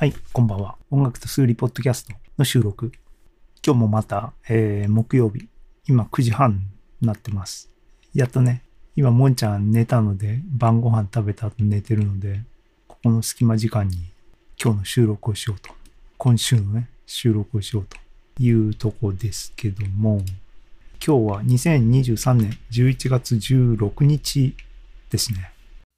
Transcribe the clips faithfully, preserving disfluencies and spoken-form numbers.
はい、こんばんは。音楽と数理ポッドキャストの収録。今日もまた、えー木曜日、今くじはんになってます。やっとね、今、もんちゃん寝たので、晩ご飯食べた後寝てるので、ここの隙間時間に今日の収録をしようと。今週のね、収録をしようというとこですけども、今日はにせんにじゅうさんねんじゅういちがつじゅうろくにちですね。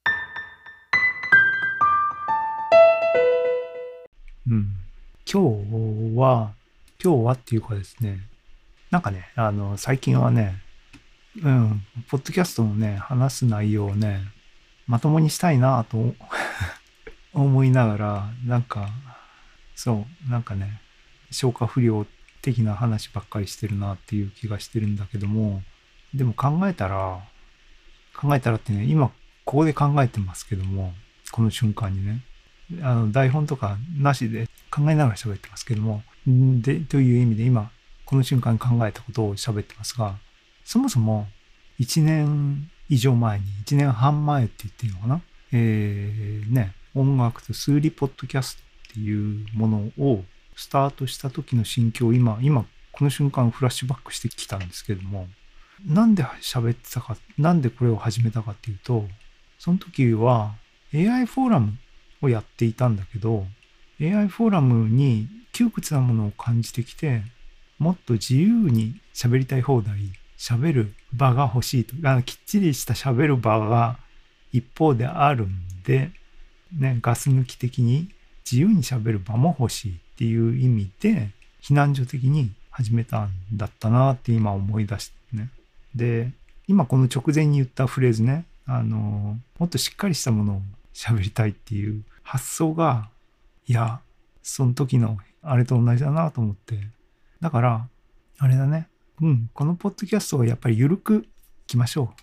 うん。今日は、今日はっていうかですね、なんかね、あの、最近はね、うん、ポッドキャストのね、話す内容をね、まともにしたいなと思いながら、なんか、そう、なんかね、消化不良的な話ばっかりしてるなっていう気がしてるんだけども、でも考えたら、考えたらってね、今、ここで考えてますけども、この瞬間にね、あの、台本とかなしで考えながら喋ってますけども、で、という意味で今、この瞬間に考えたことを喋ってますが、そもそもいちねん以上前に、いちねんはん前って言っていいのかな、えー、ね、音楽と数理ポッドキャストっていうものをスタートした時の心境を今、今、この瞬間フラッシュバックしてきたんですけども、なんで喋ってたか、なんでこれを始めたかっていうと、その時は エーアイ フォーラムをやっていたんだけど、エーアイ フォーラムに窮屈なものを感じてきて、もっと自由に喋りたい放題、喋る場が欲しいと。あのきっちりした喋る場が一方であるんで、ね、ガス抜き的に自由に喋る場も欲しいっていう意味で、避難所的に始めたんだったなって今思い出してね。で、今この直前に言ったフレーズね、あの、もっとしっかりしたものを喋りたいっていう発想が、いや、その時のあれと同じだなと思って。だから、あれだね。うん、このポッドキャストをやっぱり緩くいきましょ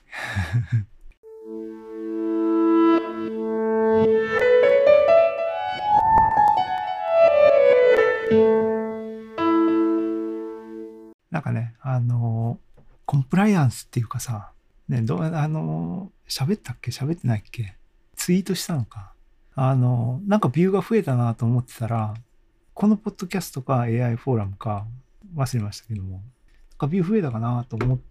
う。なんかね、あの、コンプライアンスっていうかさ、ね、どう、あの、喋ったっけ喋ってないっけツイートしたのか。あの、なんかビューが増えたなと思ってたら、このポッドキャストか エーアイ フォーラムか忘れましたけども、なんかビュー増えたかなと思って、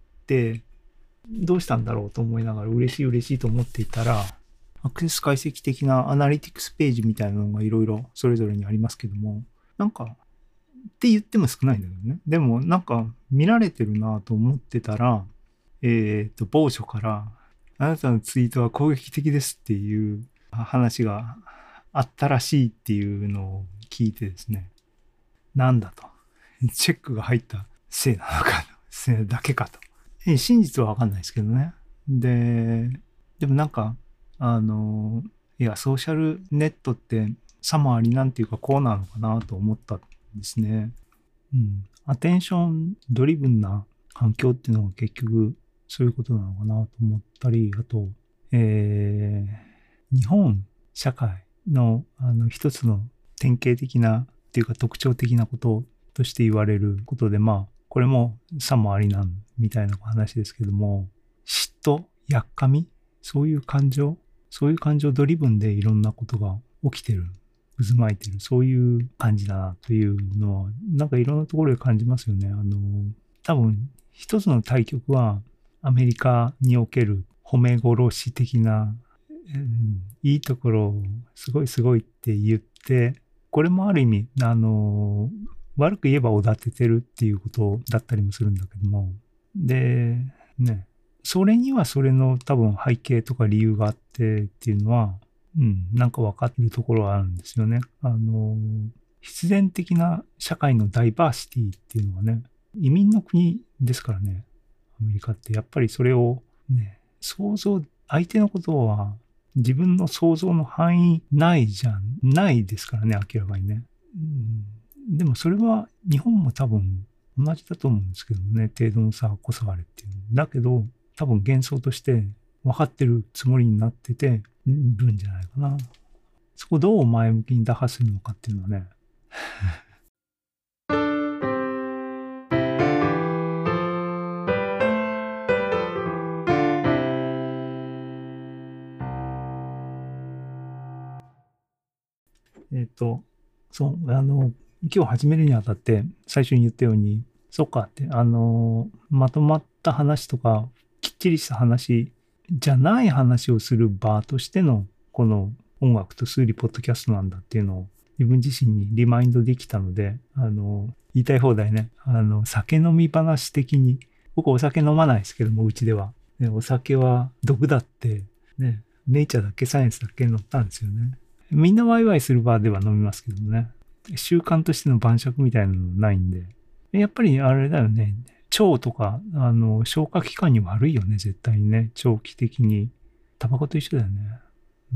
どうしたんだろうと思いながら嬉しい嬉しいと思っていたら、アクセス解析的なアナリティクスページみたいなのがいろいろそれぞれにありますけども、なんか、って言っても少ないんだけどね。でもなんか見られてるなと思ってたら、えっと、某所から、あなたのツイートは攻撃的ですっていう話があったらしいっていうのを聞いてですね、なんだと。チェックが入ったせいなのか、せいだけかと。え真実はわかんないですけどね。で、でもなんか、あの、いや、ソーシャルネットってさもありなんていうかこうなのかなと思ったんですね。うん。アテンションドリブンな環境っていうのが結局そういうことなのかなと思ったり、あと、えー、日本社会のあの一つの典型的なっていうか特徴的なこととして言われることで、まあ、これもさもありなんみたいな話ですけども、嫉妬、やっかみ、そういう感情、そういう感情ドリブンでいろんなことが起きてる、渦巻いてる、そういう感じだなというのは、なんかいろんなところで感じますよね。あの、多分、一つの対極は、アメリカにおける褒め殺し的な、うん、いいところをすごいすごいって言って、これもある意味、あの、悪く言えばおだててるっていうことだったりもするんだけども、で、ね、それにはそれの多分背景とか理由があってっていうのは、うん、なんか分かってるところはあるんですよね。あの、必然的な社会のダイバーシティっていうのはね、移民の国ですからね、アメリカってやっぱりそれをね、想像、相手のことは自分の想像の範囲内じゃないですからね、明らかにね。うん、でもそれは日本も多分同じだと思うんですけどね、程度の差こそあれっていう。だけど、多分幻想として分かってるつもりになっててるんじゃないかな。そこをどう前向きに打破するのかっていうのはね。えっと、 そう、あの、今日始めるにあたって最初に言ったように、そっかって、あの、まとまった話とか、きっちりした話じゃない話をする場としての、この音楽と数理ポッドキャストなんだっていうのを自分自身にリマインドできたので、あの、言いたい放題ね、あの、酒飲み話的に、僕お酒飲まないですけども、うちでは。ね、お酒は毒だって、ね、ネイチャーだっけサイエンスだっけ載ったんですよね。みんなワイワイするバーでは飲みますけどもね。習慣としての晩酌みたいなのないんで。やっぱりあれだよね。腸とか、あの、消化器官に悪いよね、絶対にね。長期的に。タバコと一緒だよね。うん、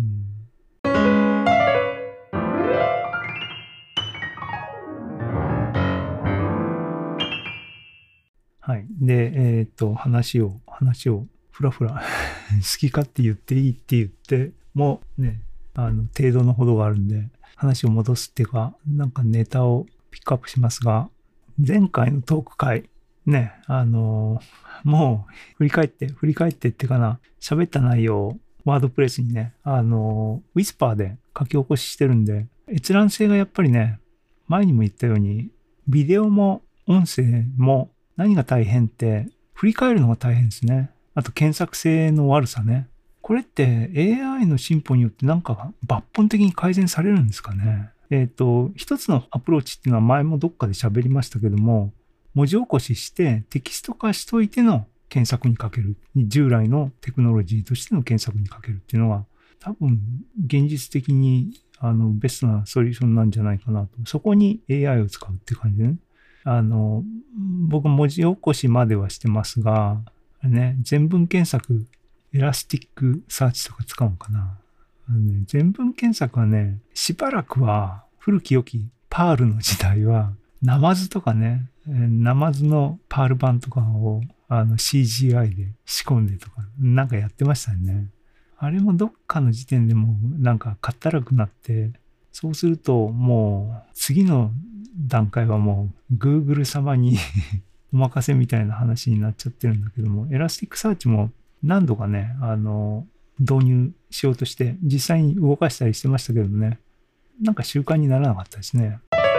はい。で、えっと、話を、話を、ふらふら、好き勝手言っていいって言っても、ね、あの、程度のほどがあるんで、話を戻すっていうか、なんかネタをピックアップしますが、前回のトーク会、ね、あのーもう、振り返って、振り返ってってかな、喋った内容をワードプレスにね、あのーウィスパーで書き起こししてるんで、閲覧性がやっぱりね、前にも言ったように、ビデオも音声も何が大変って、振り返るのが大変ですね。あと検索性の悪さね。これって エーアイ の進歩によってなんか抜本的に改善されるんですかね。えっと、一つのアプローチっていうのは前もどっかで喋りましたけども、文字起こししてテキスト化しといての検索にかける。従来のテクノロジーとしての検索にかけるっていうのが多分現実的にあのベストなソリューションなんじゃないかなと。そこに エーアイ を使うっていう感じでね。あの、僕文字起こしまではしてますが、ね、全文検索、エラスティックサーチとか使うのかな。あのね、全文検索はね、しばらくは古き良きパールの時代は、ナマズとかね、ナマズのパール版とかをあの シージーアイ で仕込んでとか、なんかやってましたよね。あれもどっかの時点でもうなんかかったらくなって、そうするともう次の段階はもう Google 様にお任せみたいな話になっちゃってるんだけども、エラスティックサーチも何度かね、あの、導入しようとして、実際に動かしたりしてましたけどね、なんか習慣にならなかったですね。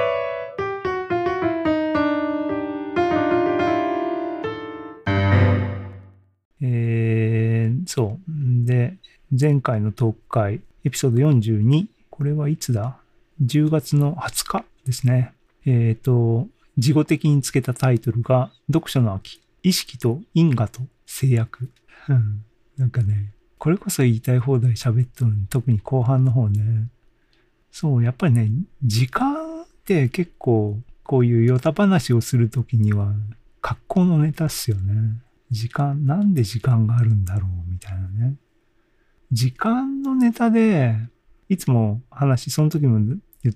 えー、そう。で、前回のトーク会、エピソードよんじゅうに、これはいつだ ?じゅう 月のはつかですね。えっと、事後的につけたタイトルが、読書の秋、意識と因果と制約。うん、なんかね、これこそ言いたい放題喋っとるのに、特に後半の方ね。そう、やっぱりね、時間って結構、こういうヨタ話をするときには、格好のネタっすよね。時間、なんで時間があるんだろうみたいなね。時間のネタで、いつも話、その時も言った、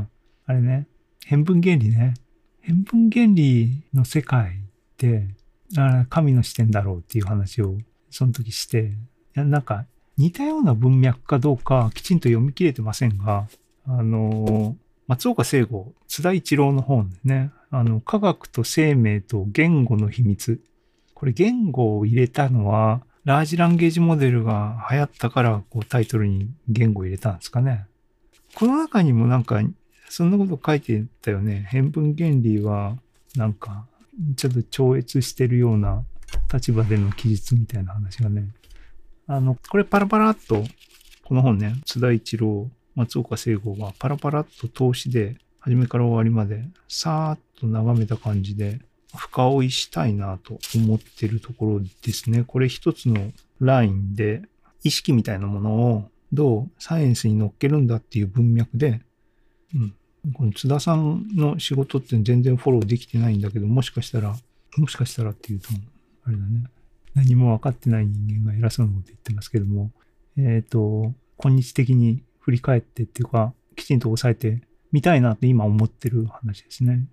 あれね、変分原理ね。変分原理の世界って、あ神の視点だろうっていう話をその時して、いやなんか似たような文脈かどうかきちんと読み切れてませんが、あの、松岡聖吾、津田一郎の本ね、あの、科学と生命と言語の秘密。これ言語を入れたのは、ラージランゲージモデルが流行ったから、こうタイトルに言語を入れたんですかね。この中にもなんか、そんなこと書いてたよね。変分原理は、なんか、ちょっと超越してるような立場での記述みたいな話がね。あの、これパラパラっと、この本ね、津田一郎、松岡聖吾がパラパラっと通しで、初めから終わりまで、さーっと眺めた感じで、深追いしたいなと思ってるところですね。これ一つのラインで、意識みたいなものをどうサイエンスに乗っけるんだっていう文脈で、うん、この津田さんの仕事って全然フォローできてないんだけど、もしかしたら、もしかしたらっていうと、あれだね。何も分かってない人間が偉そうなこと言ってますけども、えっと、今日的に振り返ってっていうか、きちんと抑えてみたいなって今思ってる話ですね。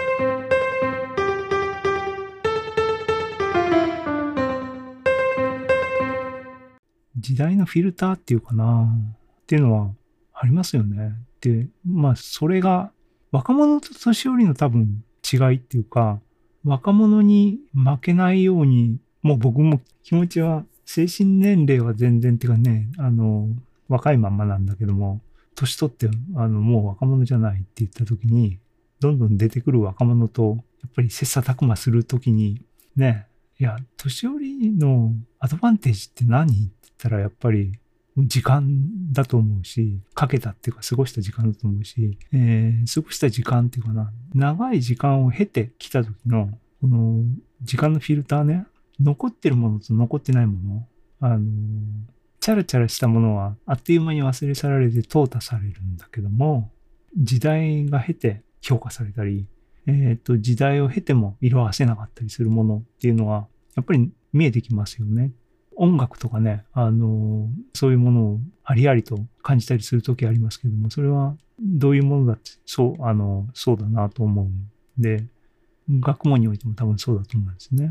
時代のフィルターっていうかなっていうのはありますよね。で、まあそれが若者と年寄りの多分違いっていうか、若者に負けないように、もう僕も気持ちは精神年齢は全然っていうかね、あの、若いまんまなんだけども、 年取って、あの、もう若者じゃないって言った時に、どんどん出てくる若者と、やっぱり切磋琢磨する時に、ね、いや、年寄りのアドバンテージって何って言ったら、やっぱり、時間だと思うし、かけたっていうか過ごした時間だと思うし、えー、過ごした時間っていうかな、長い時間を経てきた時の、この時間のフィルターね、残ってるものと残ってないもの、あの、チャラチャラしたものはあっという間に忘れ去られて淘汰されるんだけども、時代が経て評価されたり、えっと、時代を経ても色あせなかったりするものっていうのは、やっぱり見えてきますよね。音楽とかね、あの、そういうものをありありと感じたりするときありますけども、それはどういうものだって、そう、あの、そうだなと思うんで、学問においても多分そうだと思うんですね。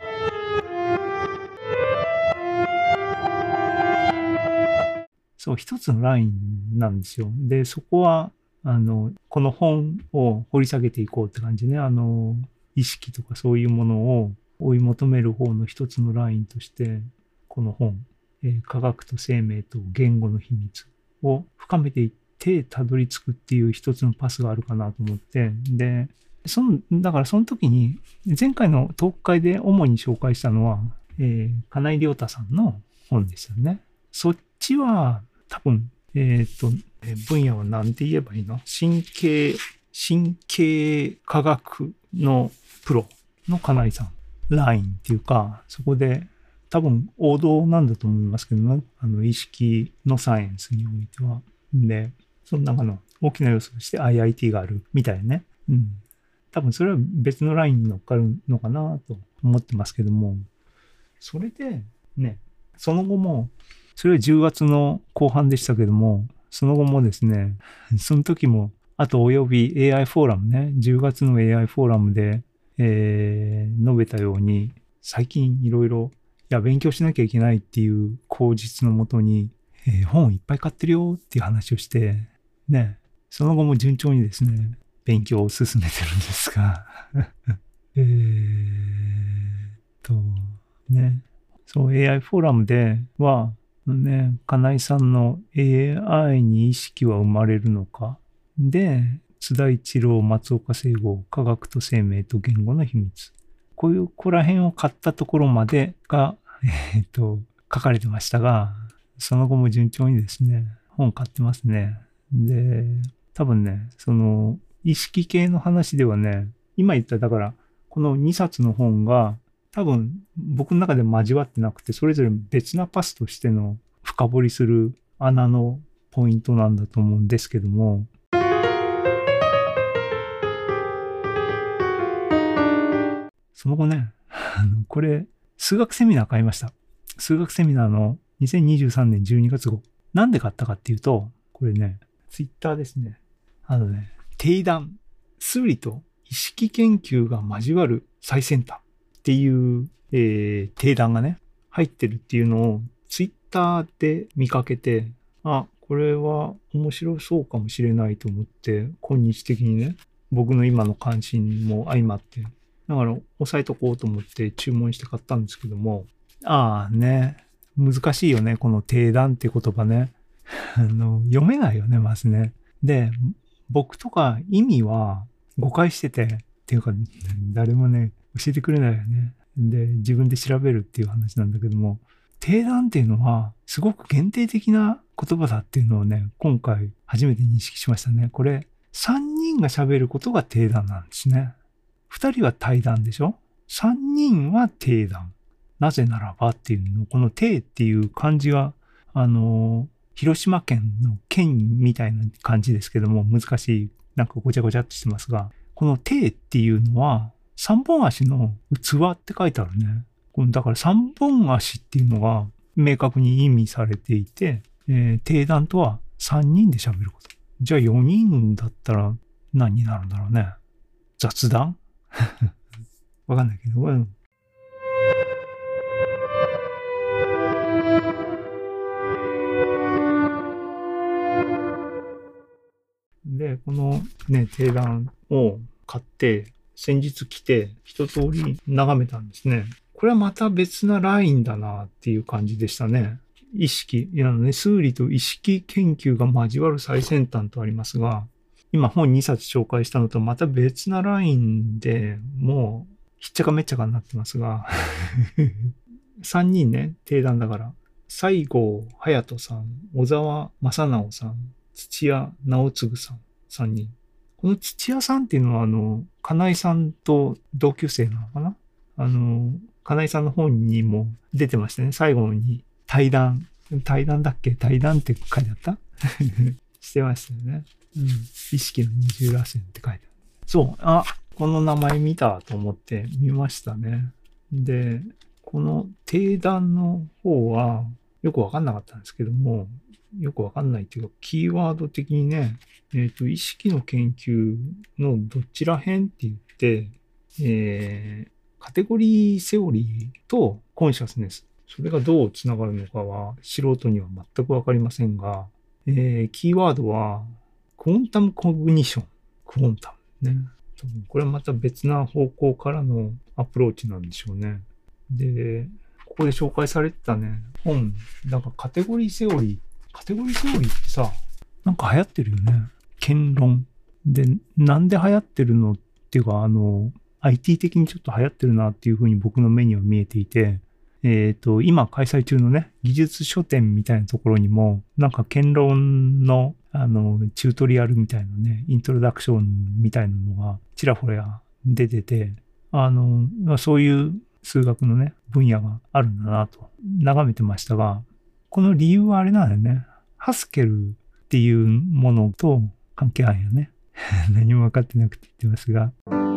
そう、一つのラインなんですよ。で、そこは、あの、この本を掘り下げていこうって感じね。あの、意識とかそういうものを追い求める方の一つのラインとして、この本、えー、科学と生命と言語の秘密を深めていってたどり着くっていう一つのパスがあるかなと思って、で、その、だからその時に、前回のトーク会で主に紹介したのは、えー、金井亮太さんの本ですよね。そっちは多分、えっと、分野は何て言えばいいの？神経、神経科学のプロの金井さん。ラインっていうか、そこで多分王道なんだと思いますけどね。あの、意識のサイエンスにおいては。で、その中の大きな要素として アイアイティー があるみたいね。うん。多分それは別のラインに乗っかるのかなと思ってますけども、それでね、その後も、それはじゅうがつの後半でしたけども、その後もですね、その時も、あとおよび エーアイ フォーラムね、じゅうがつの エーアイ フォーラムで、えー、述べたように、最近いろいろ、いや、勉強しなきゃいけないっていう口実のもとに、えー、本いっぱい買ってるよっていう話をして、ね、その後も順調にですね、勉強を進めてるんですが、えーと、ね、そう、エーアイ フォーラムでは、ね、金井さんの エーアイ に意識は生まれるのか。で、津田一郎、松岡聖吾、科学と生命と言語の秘密。こういう、ここら辺を買ったところまでが、えっと、書かれてましたが、その後も順調にですね、本買ってますね。で、多分ね、その、意識系の話ではね、今言った、だから、このにさつの本が、多分僕の中で交わってなくて、それぞれ別なパスとしての深掘りする穴のポイントなんだと思うんですけども、その後ね、これ、数学セミナー買いました。数学セミナーのにせんにじゅうさんねんじゅうにがつ号。なんで買ったかっていうと、これね、ツイッターですね。あのね、定談、数理と意識研究が交わる最先端。っていう、えー、定談がね、入ってるっていうのをツイッターで見かけて、あ、これは面白そうかもしれないと思って、今日的にね、僕の今の関心も相まって、だから押さえとこうと思って注文して買ったんですけども、ああね、難しいよね、この定談って言葉ね。あの、読めないよね、まずね。で、僕とか意味は誤解してて、っていうか、誰もね、教えてくれないよね。で、自分で調べるっていう話なんだけども、定談っていうのは、すごく限定的な言葉だっていうのをね、今回初めて認識しましたね。これ、さんにんが喋ることが定談なんですね。ふたりは対談でしょ？ さん 人は定談。なぜならばっていうの、この定っていう漢字が、あの、広島県の県みたいな感じですけども、難しい、なんかごちゃごちゃっとしてますが、この定っていうのは、三本足の器って書いてあるね。だから三本足っていうのが明確に意味されていて、えー、定談とはさんにんで喋ること。じゃあよにんだったら何になるんだろうね。雑談わかんないけど。うん、で、このね、定談を買って、先日来て一通り眺めたんですね。これはまた別なラインだなっていう感じでしたね。 意識、いやね、数理と意識研究が交わる最先端とありますが、今本にさつ紹介したのとまた別なラインでもうひっちゃかめっちゃかになってますが、さんにんね、定談だから、西郷隼人さん、小沢正直さん、土屋直次さん、さんにん。この土屋さんっていうのは、あの、金井さんと同級生なのかな？あの、金井さんの本にも出てましたね。最後に対談。対談だっけ？対談って書いてあったしてましたよね。うん。意識の二重らせんって書いてある。そう。あ、この名前見たと思って見ましたね。で、この定談の方はよくわかんなかったんですけども、よくわかんないっていうか、キーワード的にね、えっと、意識の研究のどちら辺って言って、えー、カテゴリーセオリーとコンシャスネス。それがどうつながるのかは素人には全くわかりませんが、えー、キーワードはクォンタムコグニション。クォンタムね。これはまた別な方向からのアプローチなんでしょうね。で、ここで紹介されてたね、本、なんかカテゴリーセオリー。カテゴリーセオリーってさ、なんか流行ってるよね。言論。で、なんで流行ってるのっていうか、あの、アイティー 的にちょっと流行ってるなっていうふうに僕の目には見えていて、えっと、今開催中のね、技術書店みたいなところにも、なんか言論の、あの、チュートリアルみたいなね、イントロダクションみたいなのがちらほら出てて、あの、そういう数学のね、分野があるんだなと眺めてましたが、この理由はあれなんだよね。ハスケルっていうものと関係あるよね。何も分かってなくて言ってますが。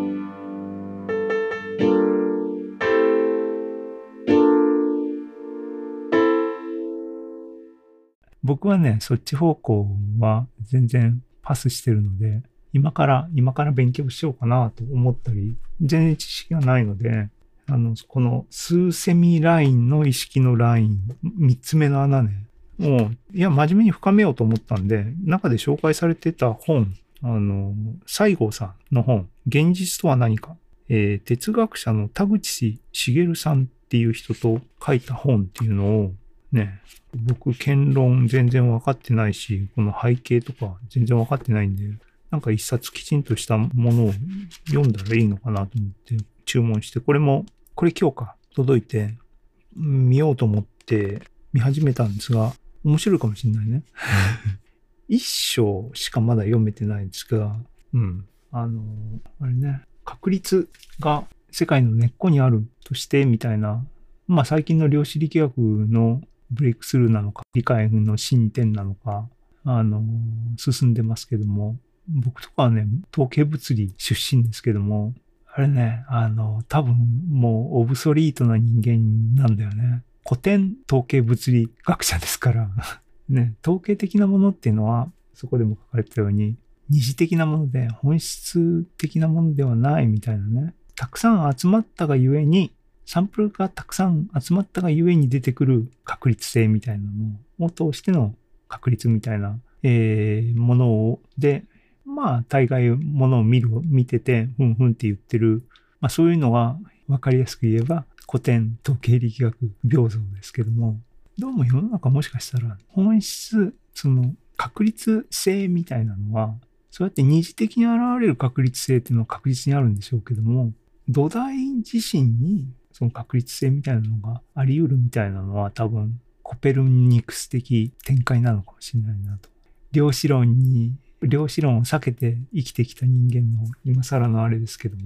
僕はね、そっち方向は全然パスしてるので、今から、今から勉強しようかなと思ったり、全然知識がないので、あの、この数セミラインの意識のライン、三つ目の穴ね。もう、いや、真面目に深めようと思ったんで、中で紹介されてた本、あの、西郷さんの本、現実とは何か、えー、哲学者の田口茂さんっていう人と書いた本っていうのを、ね、僕、言論全然分かってないし、この背景とか全然分かってないんで、なんか一冊きちんとしたものを読んだらいいのかなと思って注文して、これも、これ今日か、届いて、見ようと思って見始めたんですが、面白いかもしれないね。一章しかまだ読めてないんですが、うん。あの、あれね、確率が世界の根っこにあるとしてみたいな、まあ最近の量子力学のブレイクスルーなのか、理解の進展なのか、あの、進んでますけども、僕とかはね、統計物理出身ですけども、あれね、あの、多分もうオブソリートな人間なんだよね。古典統計物理学者ですから、ね、統計的なものっていうのは、そこでも書かれてたように、二次的なもので本質的なものではないみたいなね。たくさん集まったがゆえに、サンプルがたくさん集まったがゆえに出てくる確率性みたいなのを通しての確率みたいな、えー、ものを、で、まあ、大概ものを見る、見てて、ふんふんって言ってる。まあ、そういうのが分かりやすく言えば、古典統計力学平等ですけども、どうも世の中もしかしたら本質、その確率性みたいなのは、そうやって二次的に現れる確率性っていうのは確実にあるんでしょうけども、土台自身にその確率性みたいなのがあり得るみたいなのは多分コペルニクス的展開なのかもしれないなと。量子論に、量子論を避けて生きてきた人間の今更のあれですけども。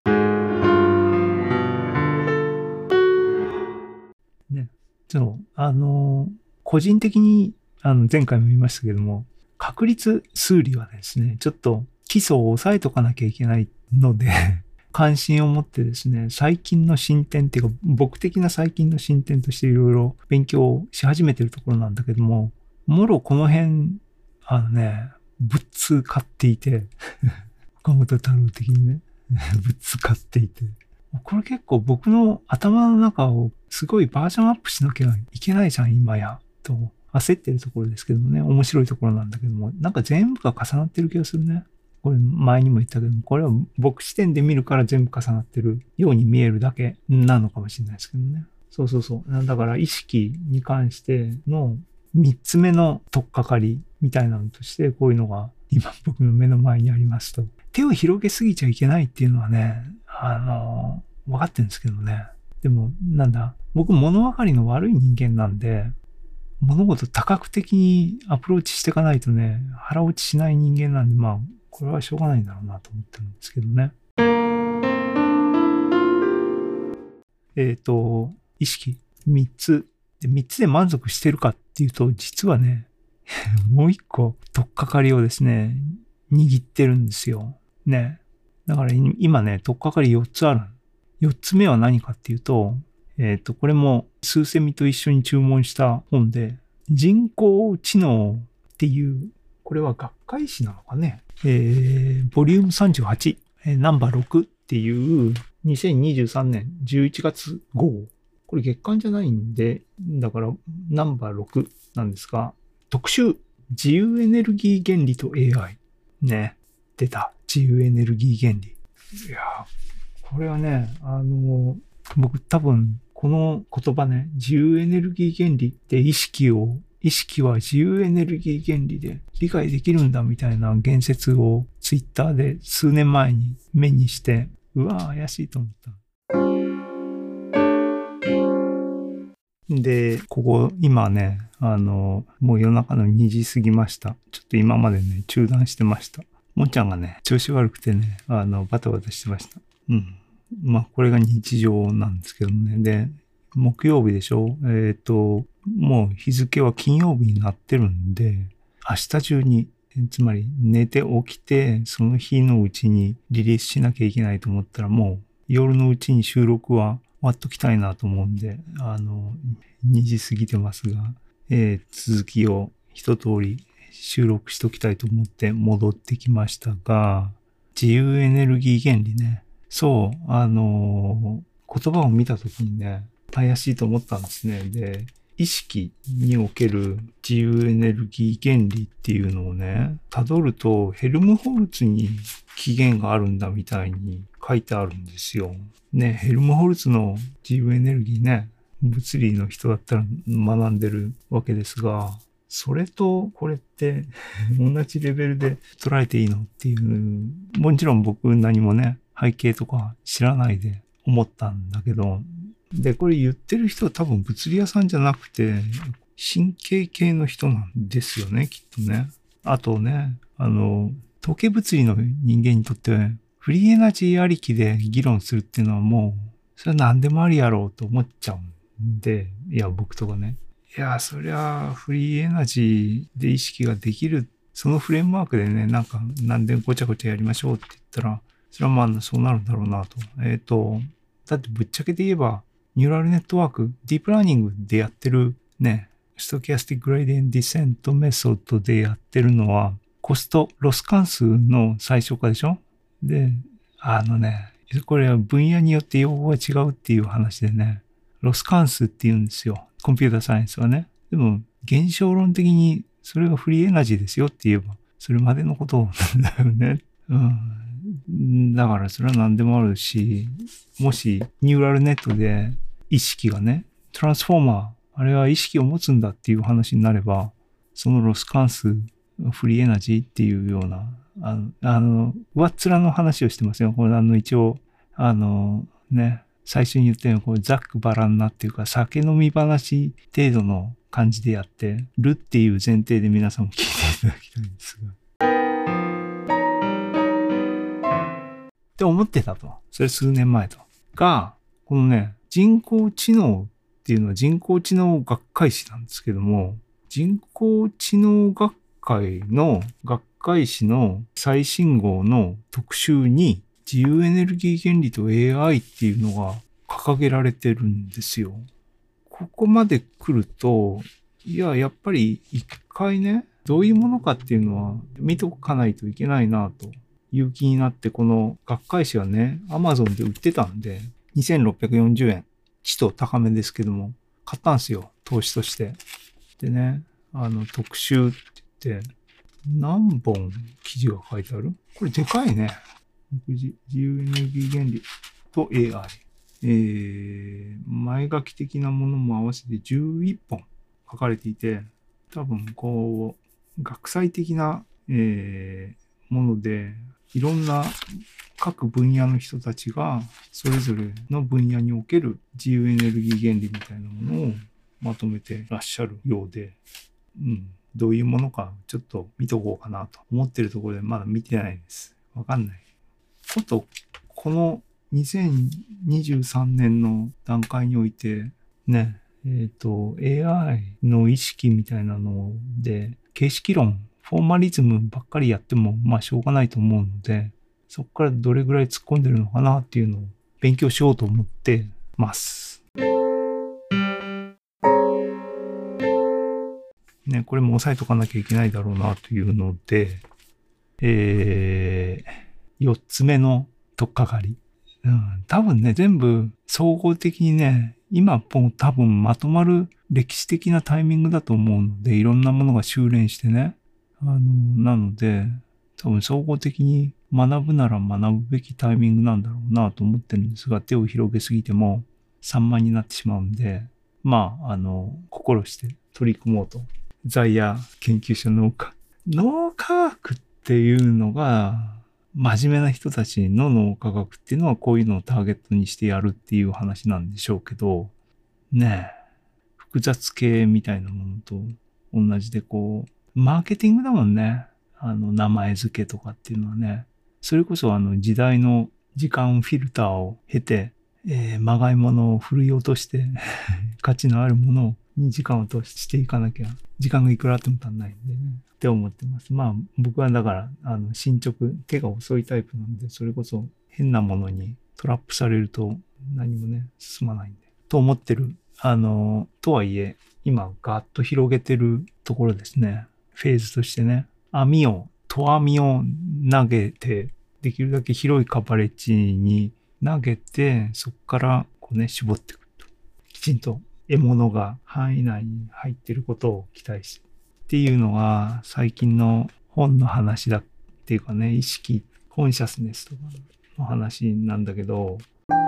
ね。そう、あの、個人的に、あの、前回も言いましたけども、確率数理はですね、ちょっと基礎を押さえとかなきゃいけないので、関心を持ってですね、最近の進展っていうか、僕的な最近の進展としていろいろ勉強し始めてるところなんだけども、もろこの辺、あのね、ぶっつかっていて、岡本太郎的にね、ぶっつかっていて、これ結構僕の頭の中をすごいバージョンアップしなきゃいけないじゃん、今や。と焦ってるところですけどもね、面白いところなんだけども、なんか全部が重なってる気がするね。これ前にも言ったけども、これは僕視点で見るから全部重なってるように見えるだけなのかもしれないですけどね。 そうそうそう。だから意識に関してのみっつめの取っかかりみたいなのとして、こういうのが今僕の目の前にありますと。手を広げすぎちゃいけないっていうのはね、あの、分かってるんですけどね。でも、なんだ、僕物分かりの悪い人間なんで、物事多角的にアプローチしていかないとね、腹落ちしない人間なんで、まあ、これはしょうがないんだろうなと思ってるんですけどね。えっと、意識みっつ。で、みっつで満足してるかっていうと、実はね、もう一個、取っかかりをですね、握ってるんですよ。ね。だから今ね、取っかかりよっつある。よっつめは何かっていうと、えっと、これも、スーセミと一緒に注文した本で、人工知能っていう、これは学会誌なのかね。えー、ボリュームさんじゅうはち、えー、ナンバーろくっていう、にせんにじゅうさんねんじゅういちがつ号。これ月間じゃないんで、だからナンバーろくなんですが、特集、自由エネルギー原理と エーアイ。ね。出た。自由エネルギー原理。いやー、これはね、あの、僕多分、この言葉ね、自由エネルギー原理って意識を、意識は自由エネルギー原理で理解できるんだみたいな言説をツイッターで数年前に目にして、うわー怪しいと思った。で、ここ今ね、あの、もう夜中のにじ過ぎました。ちょっと今までね、中断してました。もんちゃんがね、調子悪くてね、あの、バタバタしてました。うん。まあ、これが日常なんですけどね。で、木曜日でしょ？えっと、もう日付は金曜日になってるんで、明日中に、つまり寝て起きて、その日のうちにリリースしなきゃいけないと思ったら、もう夜のうちに収録は終わっときたいなと思うんで、あの、にじ過ぎてますが、えー、続きを一通り収録しときたいと思って戻ってきましたが、自由エネルギー原理ね。そう、あのー、言葉を見たときにね、怪しいと思ったんですね。で、意識における自由エネルギー原理っていうのをね、辿るとヘルムホルツに起源があるんだみたいに書いてあるんですよ。ね、ヘルムホルツの自由エネルギーね、物理の人だったら学んでるわけですが、それとこれって同じレベルで捉えていいのっていう、もちろん僕何もね、背景とか知らないで思ったんだけど、で、これ言ってる人は多分物理屋さんじゃなくて、神経系の人なんですよね、きっとね。あとね、あの、統計物理の人間にとって、フリーエナジーありきで議論するっていうのはもう、それは何でもありやろうと思っちゃうんで、いや、僕とかね。いや、そりゃ、フリーエナジーで意識ができる、そのフレームワークでね、なんか、何でごちゃごちゃやりましょうって言ったら、それはまあ、そうなるんだろうなと。えっと、だってぶっちゃけて言えば、ニューラルネットワーク、ディープラーニングでやってるね、ストキャスティックグレーディエントディセントメソッドでやってるのは、コストロス関数の最小化でしょ？で、あのね、これは分野によって用語が違うっていう話でね、ロス関数って言うんですよ。コンピューターサイエンスはね。でも、現象論的にそれがフリーエナジーですよって言えば、それまでのことだよね。うん。だからそれは何でもあるし、もしニューラルネットで意識がね、トランスフォーマー、あれは意識を持つんだっていう話になれば、そのロス関数、フリーエナジーっていうような、あの、あの上っ面の話をしてますよ。これあの一応、あの、ね、最初に言ったように、こうざっくばらんなっていうか、酒飲み話程度の感じでやってるっていう前提で皆さんも聞いていただきたいんですが。って思ってたと。それ数年前と。が、このね、人工知能っていうのは人工知能学会誌なんですけども、人工知能学会の学会誌の最新号の特集に自由エネルギー原理と エーアイ っていうのが掲げられてるんですよ。ここまで来ると、いや、やっぱり一回ね、どういうものかっていうのは見とかないといけないなという気になって、この学会誌はね、Amazon で売ってたんで、にせんろっぴゃくよんじゅうえん。ちと高めですけども、買ったんですよ。投資として。でね、あの、特集って言って、何本記事が書いてある？これでかいね。自由エネルギー原理と エーアイ。 えー、前書き的なものも合わせてじゅういっぽん書かれていて、多分こう、学際的な、えー、もので、いろんな各分野の人たちがそれぞれの分野における自由エネルギー原理みたいなものをまとめてらっしゃるようで、うん、どういうものかちょっと見とこうかなと思ってるところでまだ見てないです。わかんない。ちょっとこのにせんにじゅうさんねんの段階においてね、えっと エーアイ の意識みたいなので形式論、フォーマリズムばっかりやってもまあしょうがないと思うので、そこからどれぐらい突っ込んでるのかなっていうのを勉強しようと思ってます。ね、これも押さえとかなきゃいけないだろうなというので、えー、よっつめの取っかかり。うん、多分ね、全部総合的にね、今もう多分まとまる歴史的なタイミングだと思うので、いろんなものが修練してね。あの、なので、多分総合的に学ぶなら学ぶべきタイミングなんだろうなと思ってるんですが、手を広げすぎても散漫になってしまうんで、まあ、あの、心して取り組もうと。在野研究所脳科。脳科学っていうのが、真面目な人たちの脳科学っていうのはこういうのをターゲットにしてやるっていう話なんでしょうけど、ねえ、複雑系みたいなものと同じでこう、マーケティングだもんね。あの、名前付けとかっていうのはね。それこそあの時代の時間フィルターを経て、えー、まがいものを振り落として価値のあるものに時間を通していかなきゃ時間がいくらあっても足んないんでねって思ってます。まあ僕はだからあの進捗手が遅いタイプなんで、それこそ変なものにトラップされると何もね進まないんでと思ってる。あのとはいえ今ガッと広げてるところですね。フェーズとしてね、網をと網を投げてできるだけ広いカバレッジに投げて、そこからこうね、絞っていくと。きちんと獲物が範囲内に入っていることを期待して。っていうのが最近の本の話だっていうかね、意識、コンシャスネスとかの話なんだけど、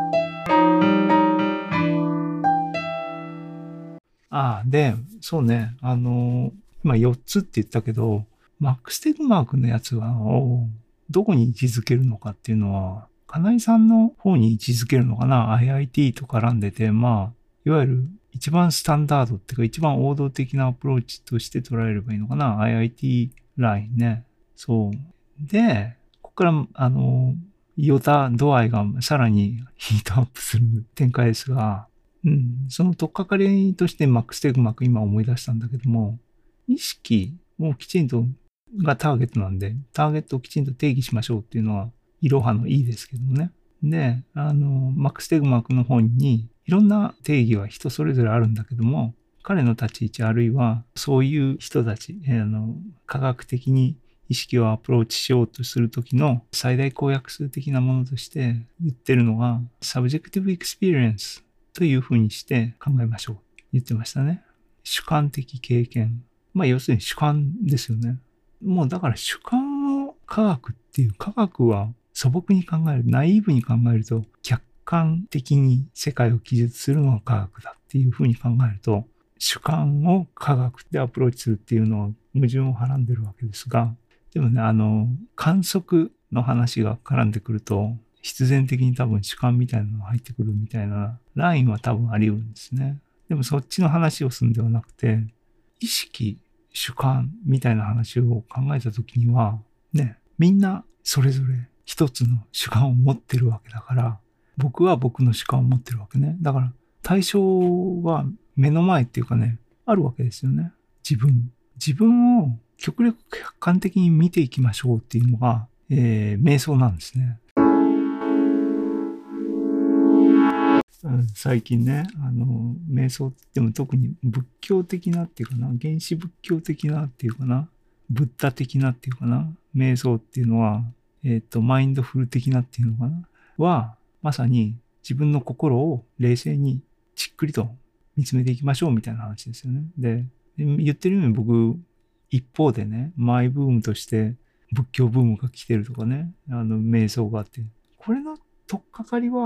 ああ、で、そうね、あの、今よっつって言ったけど、マックス・テグマークのやつは、どこに位置づけるのかっていうのは、金井さんの方に位置づけるのかな？ アイアイティー と絡んでて、まあ、いわゆる一番スタンダードっていうか一番王道的なアプローチとして捉えればいいのかな？ アイアイティー ラインね。そう。で、ここから、あの、ヨタ度合いがさらにヒートアップする展開ですが、うん、その取っかかりとしてマックス・テグマーク今思い出したんだけども、意識をきちんとがターゲットなんで、ターゲットをきちんと定義しましょうっていうのは、いろはのいいですけどもね。で、あの、マックス・テグマークの本に、いろんな定義は人それぞれあるんだけども、彼の立ち位置あるいは、そういう人たち、あの、科学的に意識をアプローチしようとするときの最大公約数的なものとして言ってるのが、サブジェクティブエクスペリエンスというふうにして考えましょう。言ってましたね。主観的経験。まあ要するに主観ですよね。もうだから主観を科学っていう、科学は素朴に考える、ナイーブに考えると客観的に世界を記述するのが科学だっていうふうに考えると、主観を科学でアプローチするっていうのは矛盾をはらんでるわけですが、でもね、あの、観測の話が絡んでくると、必然的に多分主観みたいなのが入ってくるみたいなラインは多分あり得るんですね。でもそっちの話をするんではなくて、意識、主観みたいな話を考えたときには、ね、みんなそれぞれ一つの主観を持ってるわけだから、僕は僕の主観を持ってるわけね。だから対象は目の前っていうかね、あるわけですよね。自分。自分を極力客観的に見ていきましょうっていうのが、えー、瞑想なんですね。うん、最近ね、あの、瞑想って言っても特に仏教的なっていうかな、原始仏教的なっていうかな、ブッダ的なっていうかな、瞑想っていうのは、えっと、マインドフル的なっていうのかな、は、まさに自分の心を冷静にじっくりと見つめていきましょうみたいな話ですよね。で、言ってるように僕、一方でね、マイブームとして仏教ブームが来てるとかね、あの、瞑想があって、これの取っかかりは、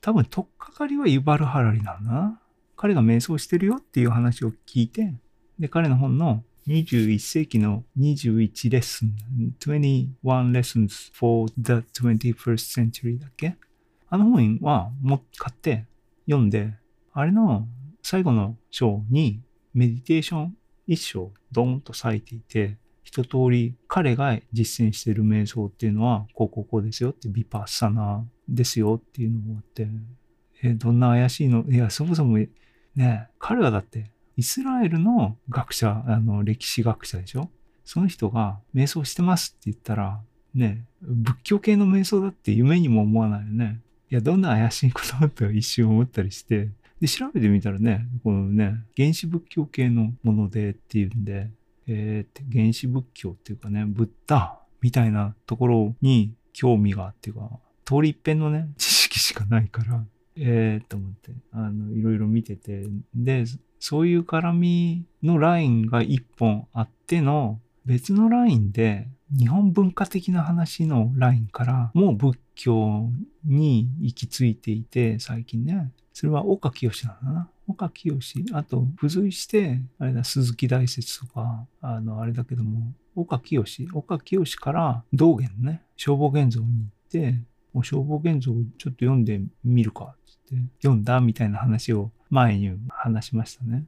多分、とっかかりはユバル・ハラリなんだな。彼が瞑想してるよっていう話を聞いて、で、彼の本のにじゅういっ世紀のにじゅういちレッスン、にじゅういち lessons for the twenty-first century だっけ？あの本はも買って読んで、あれの最後の章にメディテーション一章ドーンと割いていて、一通り彼が実践している瞑想っていうのはこうこうこうですよって、ビパッサナーですよっていうのがあって、え、どんな怪しいの？いや、そもそもね、彼はだってイスラエルの学者、あの歴史学者でしょ？その人が瞑想してますって言ったら、ね、仏教系の瞑想だって夢にも思わないよね。いや、どんな怪しいことだと一瞬思ったりして、で、調べてみたらね、このね、原始仏教系のものでっていうんで、えー、原始仏教っていうかね、ブッダみたいなところに興味がっていうか、通り一遍のね、知識しかないから、えーと思って、あの、いろいろ見てて、で、そういう絡みのラインが一本あっての、別のラインで、日本文化的な話のラインから、もう仏教に行き着いていて、最近ね。それは岡清なんだな。岡清。あと、付随して、あれだ、鈴木大拙とか、あの、あれだけども、岡清。岡清から道元ね、正法現像に行って、もう正法現像をちょっと読んでみるかって読んだみたいな話を前に話しましたね。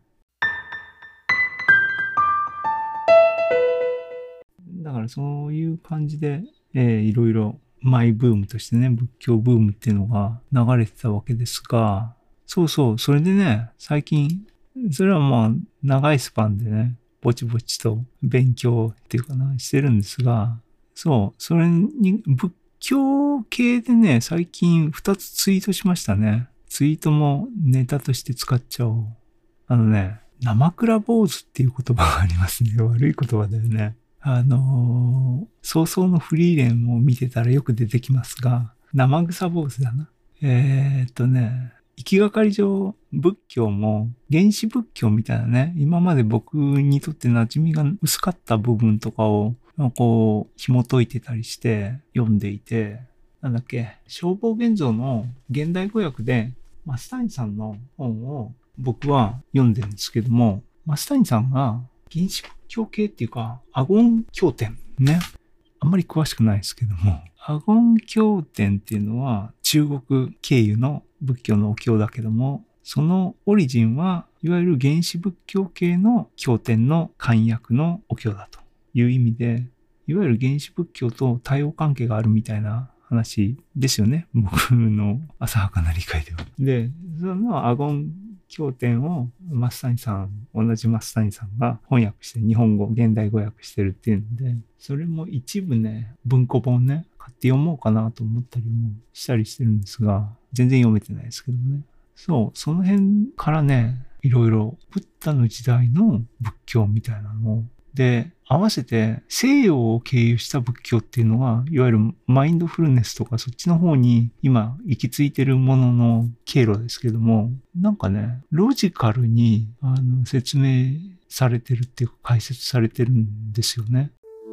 だからそういう感じで、えー、いろいろマイブームとしてね、仏教ブームっていうのが流れてたわけですが、そうそう、それでね、最近、それはまあ長いスパンでね、ぼちぼちと勉強っていうかな、してるんですが、そう、それに仏教系でね、最近ふたつツイートしましたね。ツイートもネタとして使っちゃおう。あのね、生倉坊主っていう言葉がありますね。悪い言葉だよね。あのー、早々のフリーレンを見てたらよく出てきますが、生草坊主だな。えー、っとね、行きがかり上、仏教も原始仏教みたいなね、今まで僕にとって馴染みが薄かった部分とかを、こう、紐解いてたりして読んでいて、なんだっけ、正法現像の現代語訳で、増谷さんの本を僕は読んでるんですけども、増谷さんが原始仏教系っていうか、アゴン経典ね。あんまり詳しくないですけども、アゴン経典っていうのは中国経由の仏教のお経だけども、そのオリジンはいわゆる原始仏教系の経典の漢訳のお経だという意味で、いわゆる原始仏教と対応関係があるみたいな話ですよね。僕の浅はかな理解では。で、そのアゴン経典を増谷さん、同じ増谷さんが翻訳して日本語、現代語訳してるっていうので、それも一部ね、文庫本ね、買って読もうかなと思ったりもしたりしてるんですが、全然読めてないですけどね。そう、その辺からね、いろいろブッダの時代の仏教みたいなのを、で、合わせて西洋を経由した仏教っていうのは、いわゆるマインドフルネスとかそっちの方に今行き着いてるものの経路ですけども、なんかね、ロジカルにあの説明されてるっていうか解説されてるんですよね。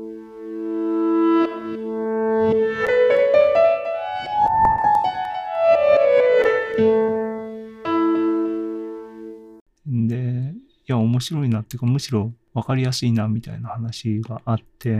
で、いや面白いなっていうか、むしろ分かりやすいなみたいな話があって、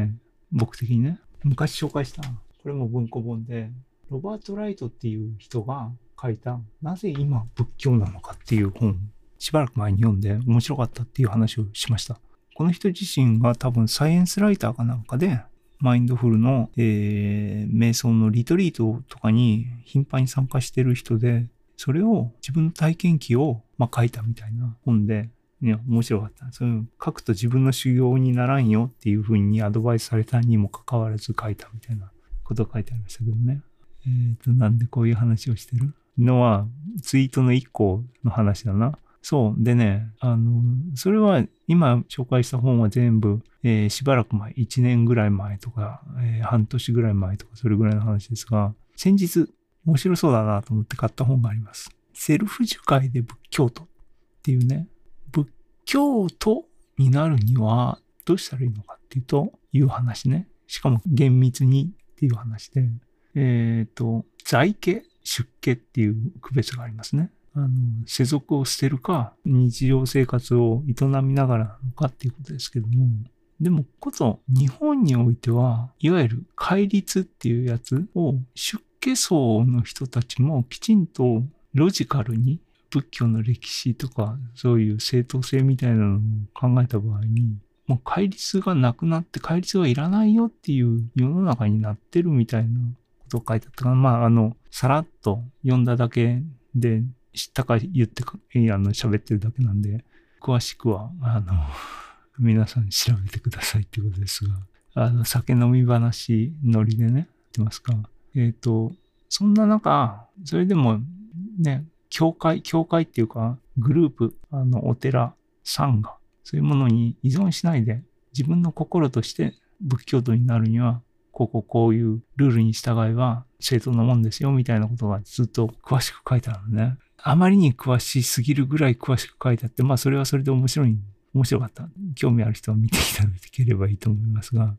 僕的にね、昔紹介した、これも文庫本で、ロバート・ライトっていう人が書いた、なぜ今仏教なのかっていう本、しばらく前に読んで面白かったっていう話をしました。この人自身が多分サイエンスライターかなんかで、マインドフルの、えー、瞑想のリトリートとかに頻繁に参加してる人で、それを自分の体験記を、まあ、書いたみたいな本で、いや、面白かった。そういう書くと自分の修行にならんよっていう風にアドバイスされたにもかかわらず書いたみたいなことが書いてありましたけどね。えっと、なんでこういう話をしてるのは、ツイートの一個の話だな。そう。でね、あの、それは今紹介した本は全部、えー、しばらく前、いちねんぐらい前とか、えー、半年ぐらい前とか、それぐらいの話ですが、先日面白そうだなと思って買った本があります。セルフ受会で仏教徒っていうね、仏教徒になるにはどうしたらいいのかっていうと、いう話ね。しかも厳密にっていう話で、えっと、在家、 出家っていう区別がありますね。あの、世俗を捨てるか、日常生活を営みながらなのかっていうことですけども、でもこそ日本においては、いわゆる戒律っていうやつを出家層の人たちもきちんとロジカルに仏教の歴史とかそういう正当性みたいなのを考えた場合に、もう戒律がなくなって戒律はいらないよっていう世の中になってるみたいなことを書いてあったから、まああの、さらっと読んだだけで知ったか言ってか、あの、喋ってるだけなんで、詳しくは、あの、皆さん調べてくださいっていうことですが、あの、酒飲み話ノリでね、言ってますか。えっと、そんな中、それでもね、教会、教会っていうか、グループ、あの、お寺、参が、そういうものに依存しないで、自分の心として仏教徒になるには、こうこうこういうルールに従えば正当なもんですよ、みたいなことがずっと詳しく書いてあるのね。あまりに詳しすぎるぐらい詳しく書いてあって、まあそれはそれで面白い、面白かった。興味ある人は見ていただければいいと思いますが。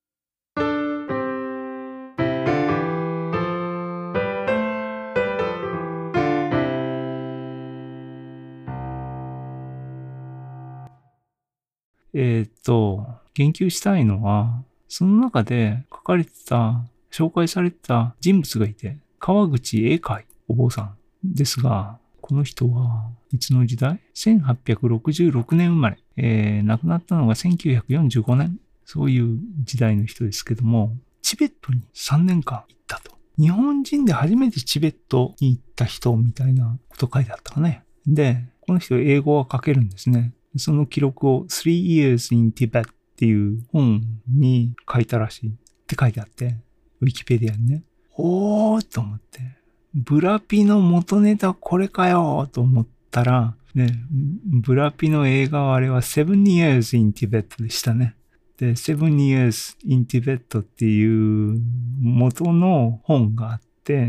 えっと、言及したいのは、その中で書かれてた、紹介されてた人物がいて、川口英海お坊さんですが、この人はいつの時代 ?せんはっぴゃくろくじゅうろくねん生まれ、えー、亡くなったのがせんきゅうひゃくよんじゅうごねん。そういう時代の人ですけども、チベットにさんねんかん行ったと。日本人で初めてチベットに行った人みたいなこと書いてあったかね。で、この人英語は書けるんですね。その記録を Three Years in Tibet っていう本に書いたらしいって書いてあって、ウィキペディアにね。おーと思って。ブラピの元ネタこれかよと思ったら、ね、ブラピの映画はあれは Seven Years in Tibet でしたね。で、Seven Years in Tibet っていう元の本があって、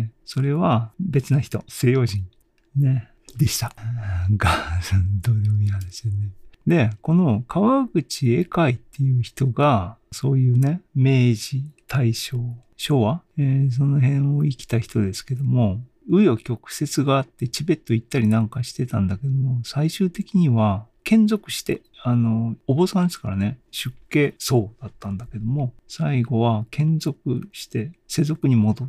それは別な人、西洋人。ね。でした。が、どうでもいい話よね。で、この川口英海っていう人が、そういうね、明治、大正、昭和、えー、その辺を生きた人ですけども、紆余曲折があってチベット行ったりなんかしてたんだけども、最終的には眷属して、あの、お坊さんですからね、出家僧だったんだけども、最後は眷属して、世俗に戻って、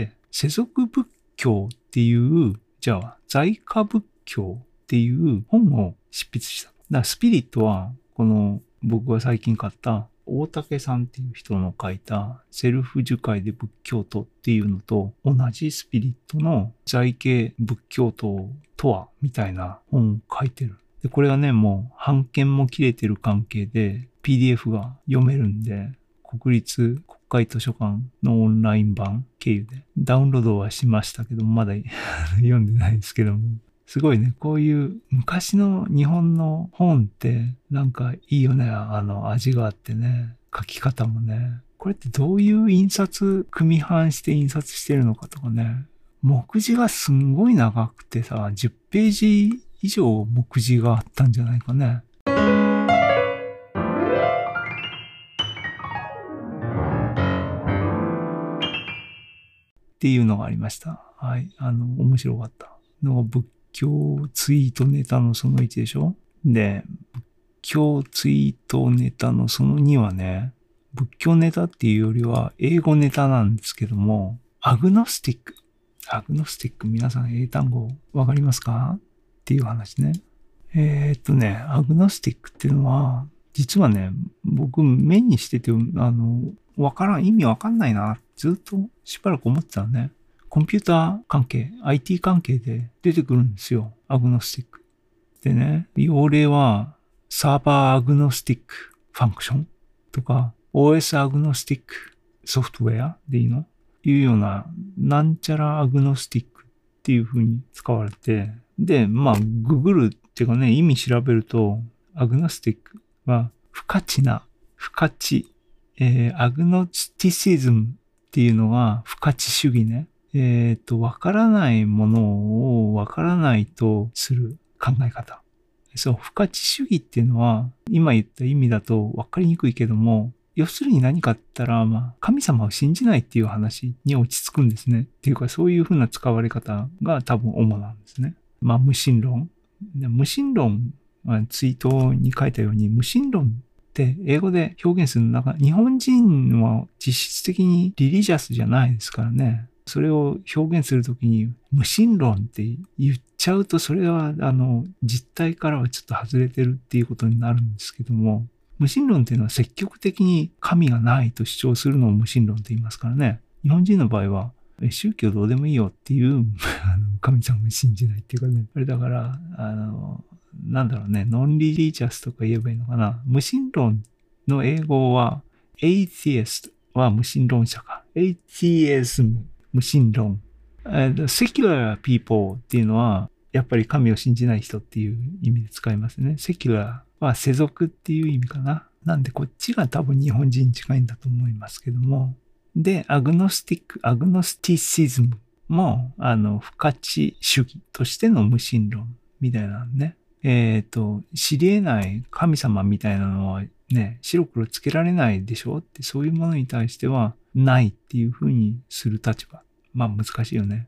世俗仏教っていう、じゃあ、在家仏教っていう本を執筆した。だからスピリットは、この僕が最近買った大竹さんっていう人の書いたセルフ受戒で仏教徒っていうのと同じスピリットの在家仏教徒とはみたいな本を書いてる。で、これはね、もう版権も切れてる関係で ピーディーエフ が読めるんで、国立国会図書館のオンライン版経由でダウンロードはしましたけど、まだ読んでないですけども。すごいね、こういう昔の日本の本ってなんかいいよね。あの味があってね、書き方もね。これってどういう印刷、組版して印刷してるのかとかね。目次がすんごい長くてさ、じゅっページ以上目次があったんじゃないかね。っていうのがありました。はい。あの、面白かったのが仏教ツイートネタのそのいちでしょ。で、仏教ツイートネタのそのにはね、仏教ネタっていうよりは英語ネタなんですけども、アグノスティック。アグノスティック、皆さん英単語わかりますかっていう話ね。えー、っとね、アグノスティックっていうのは、実はね、僕目にしてて、あの、わからん、意味わかんないな。ずっとしばらく思ってたのね。コンピューター関係、アイティー 関係で出てくるんですよ。アグノスティック。でね、用例は、サーバーアグノスティックファンクションとか、オーエス アグノスティックソフトウェアでいいのいうような、なんちゃらアグノスティックっていう風に使われて、で、まあ、ググるっていうかね、意味調べると、アグノスティックは、不価値な、不価値、えー、アグノスティシズムっていうのは不価値主義ね。えっと、わからないものをわからないとする考え方。そう、不価値主義っていうのは、今言った意味だとわかりにくいけども、 要するに何かって言ったら、まあ、神様を信じないっていう話に落ち着くんですね。っていうか、そういう風な使われ方が多分主なんですね。まあ、無神論。で無神論、まあ、ツイートに書いたように、無神論って英語で表現するの中、日本人は実質的にリリジャスじゃないですからね。それを表現するときに、無神論って言っちゃうと、それは、あの、実態からはちょっと外れてるっていうことになるんですけども、無神論っていうのは積極的に神がないと主張するのを無神論って言いますからね。日本人の場合は、宗教どうでもいいよっていう神様を信じないっていうかね。あれだから、あの、なんだろうね、ノンリリジャスとか言えばいいのかな。無神論の英語は、atheist は無神論者か。atheism 無神論。secular people っていうのは、やっぱり神を信じない人っていう意味で使いますね。secular は世俗っていう意味かな。なんでこっちが多分日本人に近いんだと思いますけども。で、アグノスティック、アグノスティシズムも、あの、不可知主義としての無神論みたいなのね。えっと、知り得ない神様みたいなのはね、白黒つけられないでしょって、そういうものに対してはないっていうふうにする立場。まあ難しいよね。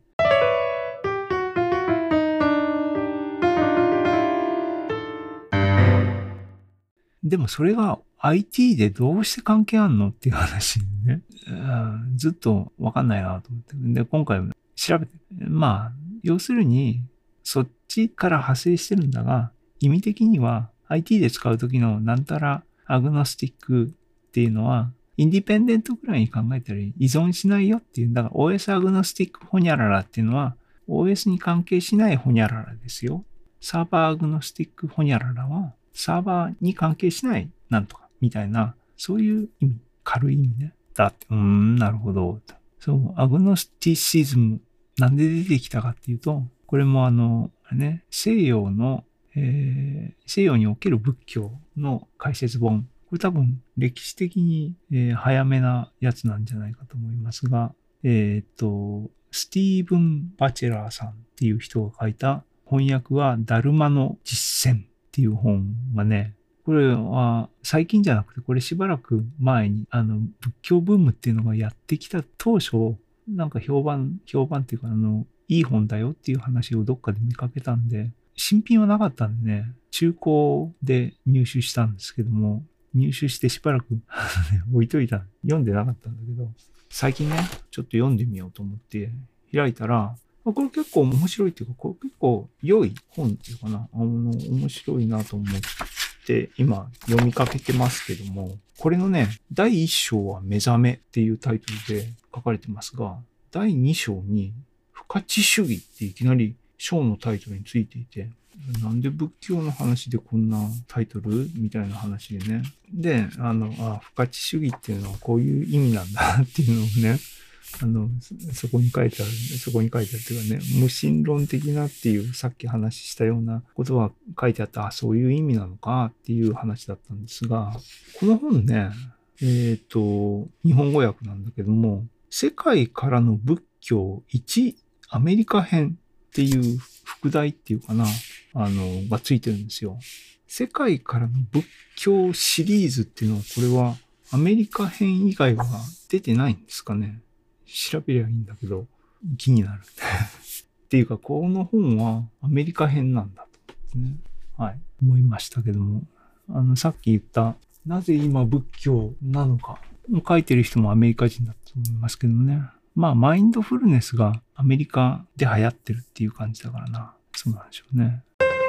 でもそれが アイティー でどうして関係あんのっていう話ね。ずっとわかんないなと思って。で、今回調べて。まあ、要するに、そっちから派生してるんだが、意味的には アイティー で使うときのなんたらアグノスティックっていうのは、インディペンデントくらいに考えたら依存しないよっていう。だから オーエス アグノスティックホニャララっていうのは、オーエス に関係しないホニャララですよ。サーバーアグノスティックホニャララは、サーバーに関係しないなんとかみたいな、そういう意味、軽い意味ね。だって、うーん、なるほど。そう、アグノスティシズム、なんで出てきたかっていうと、これもあの、ね、西洋の、えー、西洋における仏教の解説本。これ多分歴史的に、えー、早めなやつなんじゃないかと思いますが、えっと、スティーブン・バチェラーさんっていう人が書いた翻訳はダルマの実践っていう本がね、これは最近じゃなくて、これしばらく前に、あの、仏教ブームっていうのがやってきた当初、なんか評判、評判っていうか、あの、いい本だよっていう話をどっかで見かけたんで、新品はなかったんでね、中古で入手したんですけども、入手してしばらく置いといた。読んでなかったんだけど、最近ね、ちょっと読んでみようと思って開いたら、これ結構面白いっていうか、これ結構良い本っていうかな、あの、面白いなと思って今読みかけてますけども、これのね、だいいっ章は目覚めっていうタイトルで書かれてますが、だいに章に不可知主義っていきなり章のタイトルについていて、なんで仏教の話でこんなタイトルみたいな話でね。で、あの、あ、不可知主義っていうのはこういう意味なんだっていうのをね、あの、そこに書いてある、そこに書いてあるっていうかね、無神論的なっていうさっき話したようなことは書いてあった、あ、そういう意味なのかっていう話だったんですが、この本ね、えっと、日本語訳なんだけども、世界からの仏教いちアメリカ編っていう副題っていうかな、あの、がついてるんですよ。世界からの仏教シリーズっていうのは、これはアメリカ編以外は出てないんですかね。調べりゃいいんだけど、気になる。っていうか、この本はアメリカ編なんだと、ね。はい。思いましたけども。あの、さっき言った、なぜ今仏教なのか。書いてる人もアメリカ人だと思いますけどもね。まあ、マインドフルネスがアメリカで流行ってるっていう感じだからな。そうなんでしょうね。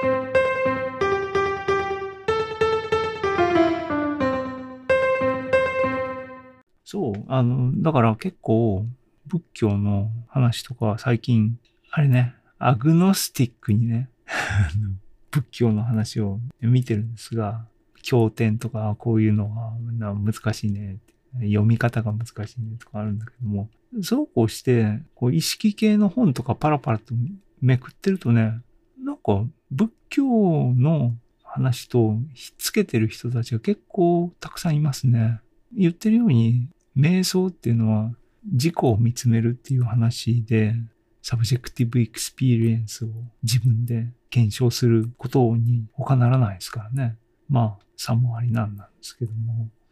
そう、あの、だから結構仏教の話とか最近、あれね、アグノスティックにね、仏教の話を見てるんですが、経典とかこういうのが難しいね、読み方が難しいねとかあるんだけども、そうこうして、こう意識系の本とかパラパラとめくってるとね、なんか仏教の話とひっつけてる人たちが結構たくさんいますね。言ってるように、瞑想っていうのは自己を見つめるっていう話で、サブジェクティブエクスピリエンスを自分で検証することに他ならないですからね。まあ、差もありなんなんですけども。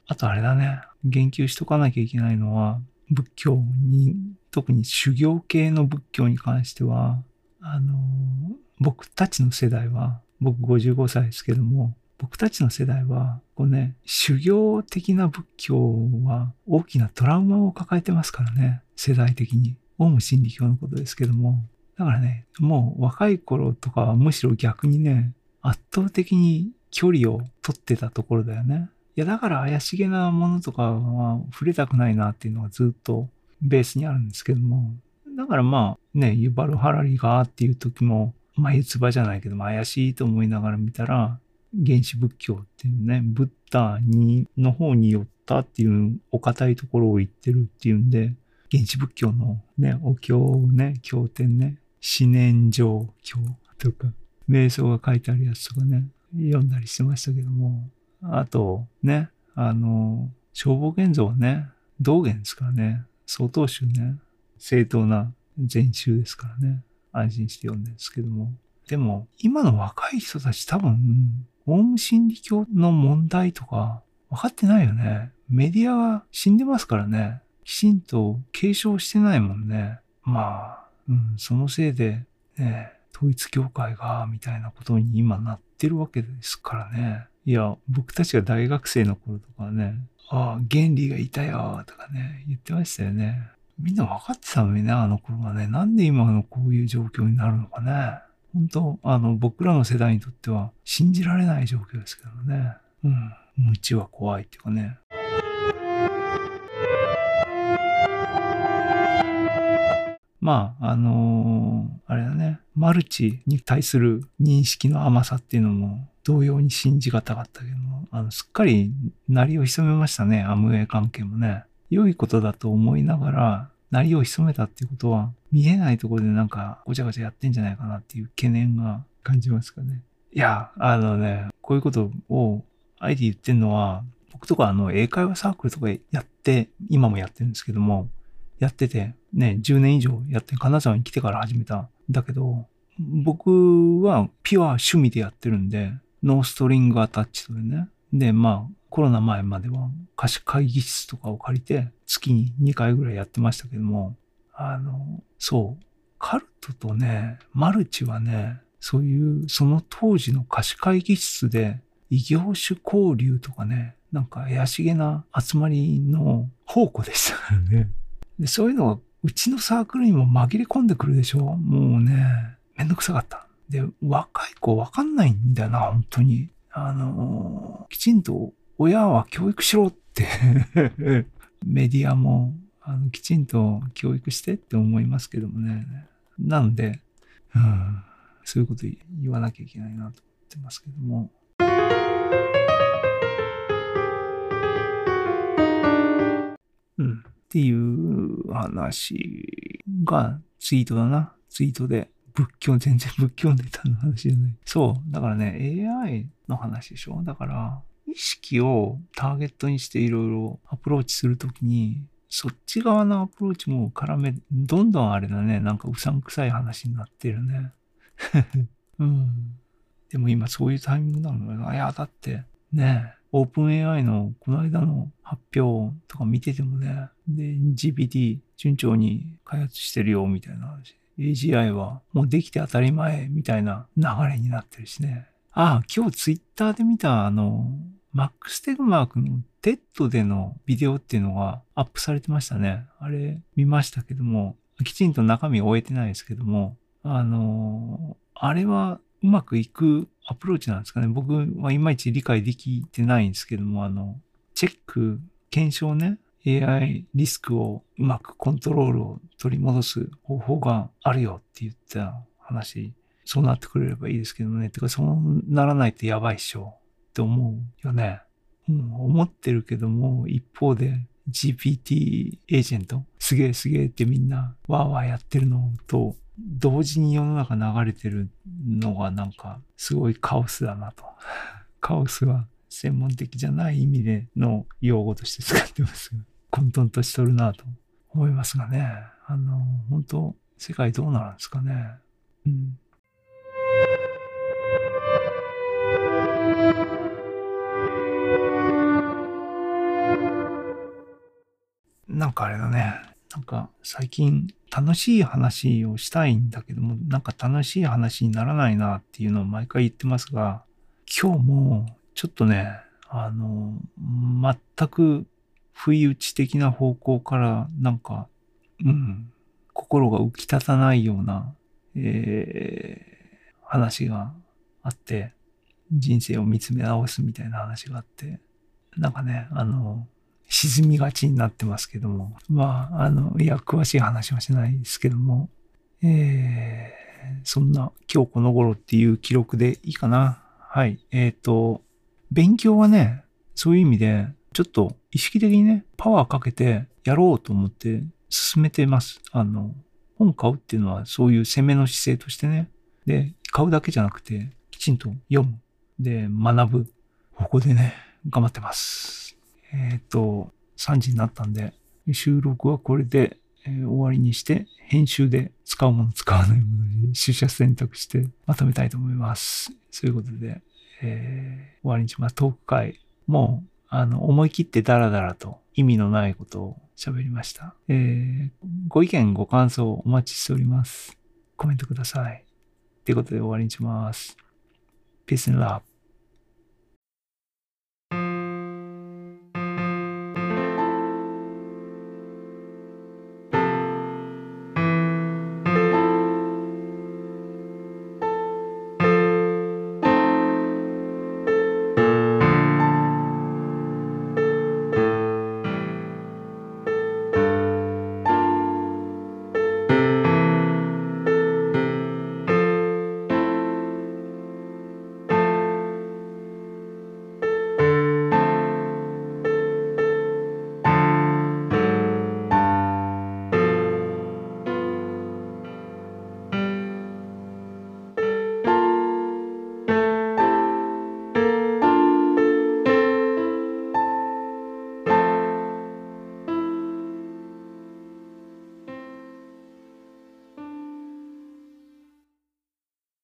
あとあれだね。言及しとかなきゃいけないのは、仏教に、特に修行系の仏教に関しては、あの、僕たちの世代は、僕ごじゅうごさいですけども、僕たちの世代は、こうね、修行的な仏教は大きなトラウマを抱えてますからね、世代的に。オウム真理教のことですけども。だからね、もう若い頃とかはむしろ逆にね、圧倒的に距離を取ってたところだよね。いや、だから怪しげなものとかは触れたくないなっていうのがずっとベースにあるんですけども。だからまあね、ユバルハラリがっていう時も、眉唾じゃないけども怪しいと思いながら見たら、原始仏教っていうね、ブッダにの方に寄ったっていうお堅いところを言ってるっていうんで、原始仏教のね、お経ね、経典ね、四念上経とか、瞑想が書いてあるやつとかね、読んだりしてましたけども、あとね、あの、正法現像はね、道元ですからね、曹洞宗ね、正当な禅宗ですからね、安心して読んでるんですけども、でも、今の若い人たち多分、オウム真理教の問題とか分かってないよね。メディアが死んでますからね。きちんと継承してないもんね。まあ、うん、そのせいで、ね、統一教会が、みたいなことに今なってるわけですからね。いや、僕たちが大学生の頃とかね、ああ、原理がいたよ、とかね、言ってましたよね。みんな分かってたのにね、あの頃はね。なんで今のこういう状況になるのかね。本当、あの、僕らの世代にとっては信じられない状況ですけどね。うん。無知は怖いっていうかね。まあ、あのーあれだね。マルチに対する認識の甘さっていうのも同様に信じがたかったけども、あの、すっかり鳴りを潜めましたね。アムウェイ関係もね。良いことだと思いながら、鳴りを潜めたっていうことは、見えないところでなんかごちゃごちゃやってんじゃないかなっていう懸念が感じますかね。いや、あのね、こういうことをあえて言ってんのは、僕とかあの英会話サークルとかやって、今もやってるんですけども、やってて、ね、じゅうねん以上やって、金沢に来てから始めたんだけど、僕はピュア趣味でやってるんで、ノーストリングアタッチとでね。で、まあ、コロナ前までは貸し会議室とかを借りて、月ににかいぐらいやってましたけども、あの、そう、カルトとね、マルチはね、そういう、その当時の貸し会議室で、異業種交流とかね、なんか怪しげな集まりの宝庫でしたからね。で、そういうのがうちのサークルにも紛れ込んでくるでしょ。もうね、めんどくさかった。で、若い子わかんないんだよな、本当に。あの、きちんと親は教育しろってメディアもあのきちんと教育してって思いますけどもね。なので、うん、そういうこと言わなきゃいけないなと思ってますけども。うん。っていう話がツイートだな。ツイートで。仏教、全然仏教ネタの話じゃない。そう。だからね、エーアイ の話でしょ。だから、意識をターゲットにしていろいろアプローチするときに、そっち側のアプローチも絡め、どんどんあれだね、なんかうさんくさい話になってるね。うん。でも今そういうタイミングなのよ。いや、だって、ね、オープン エーアイ のこの間の発表とか見ててもね、で、ジーピーティー 順調に開発してるよ、みたいな話。エージーアイ はもうできて当たり前、みたいな流れになってるしね。ああ、今日ツイッターで見たあの、マックス・テグマークの テッド でのビデオっていうのがアップされてましたね。あれ見ましたけども、きちんと中身を終えてないですけども、あの、あれはうまくいくアプローチなんですかね。僕はいまいち理解できてないんですけども、あの、チェック、検証ね、エーアイ リスクをうまくコントロールを取り戻す方法があるよって言った話、そうなってくれればいいですけどね。てか、そうならないとやばいっしょって思うよね。うん、思ってるけども、一方で ジーピーティー エージェント、すげえすげえってみんなわーわーやってるのと、同時に世の中流れてるのがなんかすごいカオスだなと。カオスは専門的じゃない意味での用語として使ってますが、混沌としとるなと思いますがね。あの、本当世界どうなるんですかね。うん。 かあれだね。なんか最近楽しい話をしたいんだけども、なんか楽しい話にならないなっていうのを毎回言ってますが、今日もちょっとね、あの、全く不意打ち的な方向からなんか、うん、心が浮き立たないような、えー話があって、人生を見つめ直すみたいな話があって、なんかね、あの、沈みがちになってますけども、まあ、あの、いや、詳しい話はしないですけども、えー、そんな今日この頃っていう記録でいいかな。はい。えっと、勉強はね、そういう意味で、ちょっと意識的にね、パワーかけてやろうと思って進めてます。あの、本買うっていうのはそういう攻めの姿勢としてね。で、買うだけじゃなくて、きちんと読む。で、学ぶ。ここでね、頑張ってます。えっと、さんじになったんで、収録はこれで、えー終わりにして、編集で使うもの使わないものに取捨選択してまとめたいと思います。そういうことで、えー終わりにします。トーク会。もう、あの、思い切ってダラダラと意味のないことを喋りました。えーご意見、ご感想お待ちしております。コメントください。ということで終わりにします。Peace and love.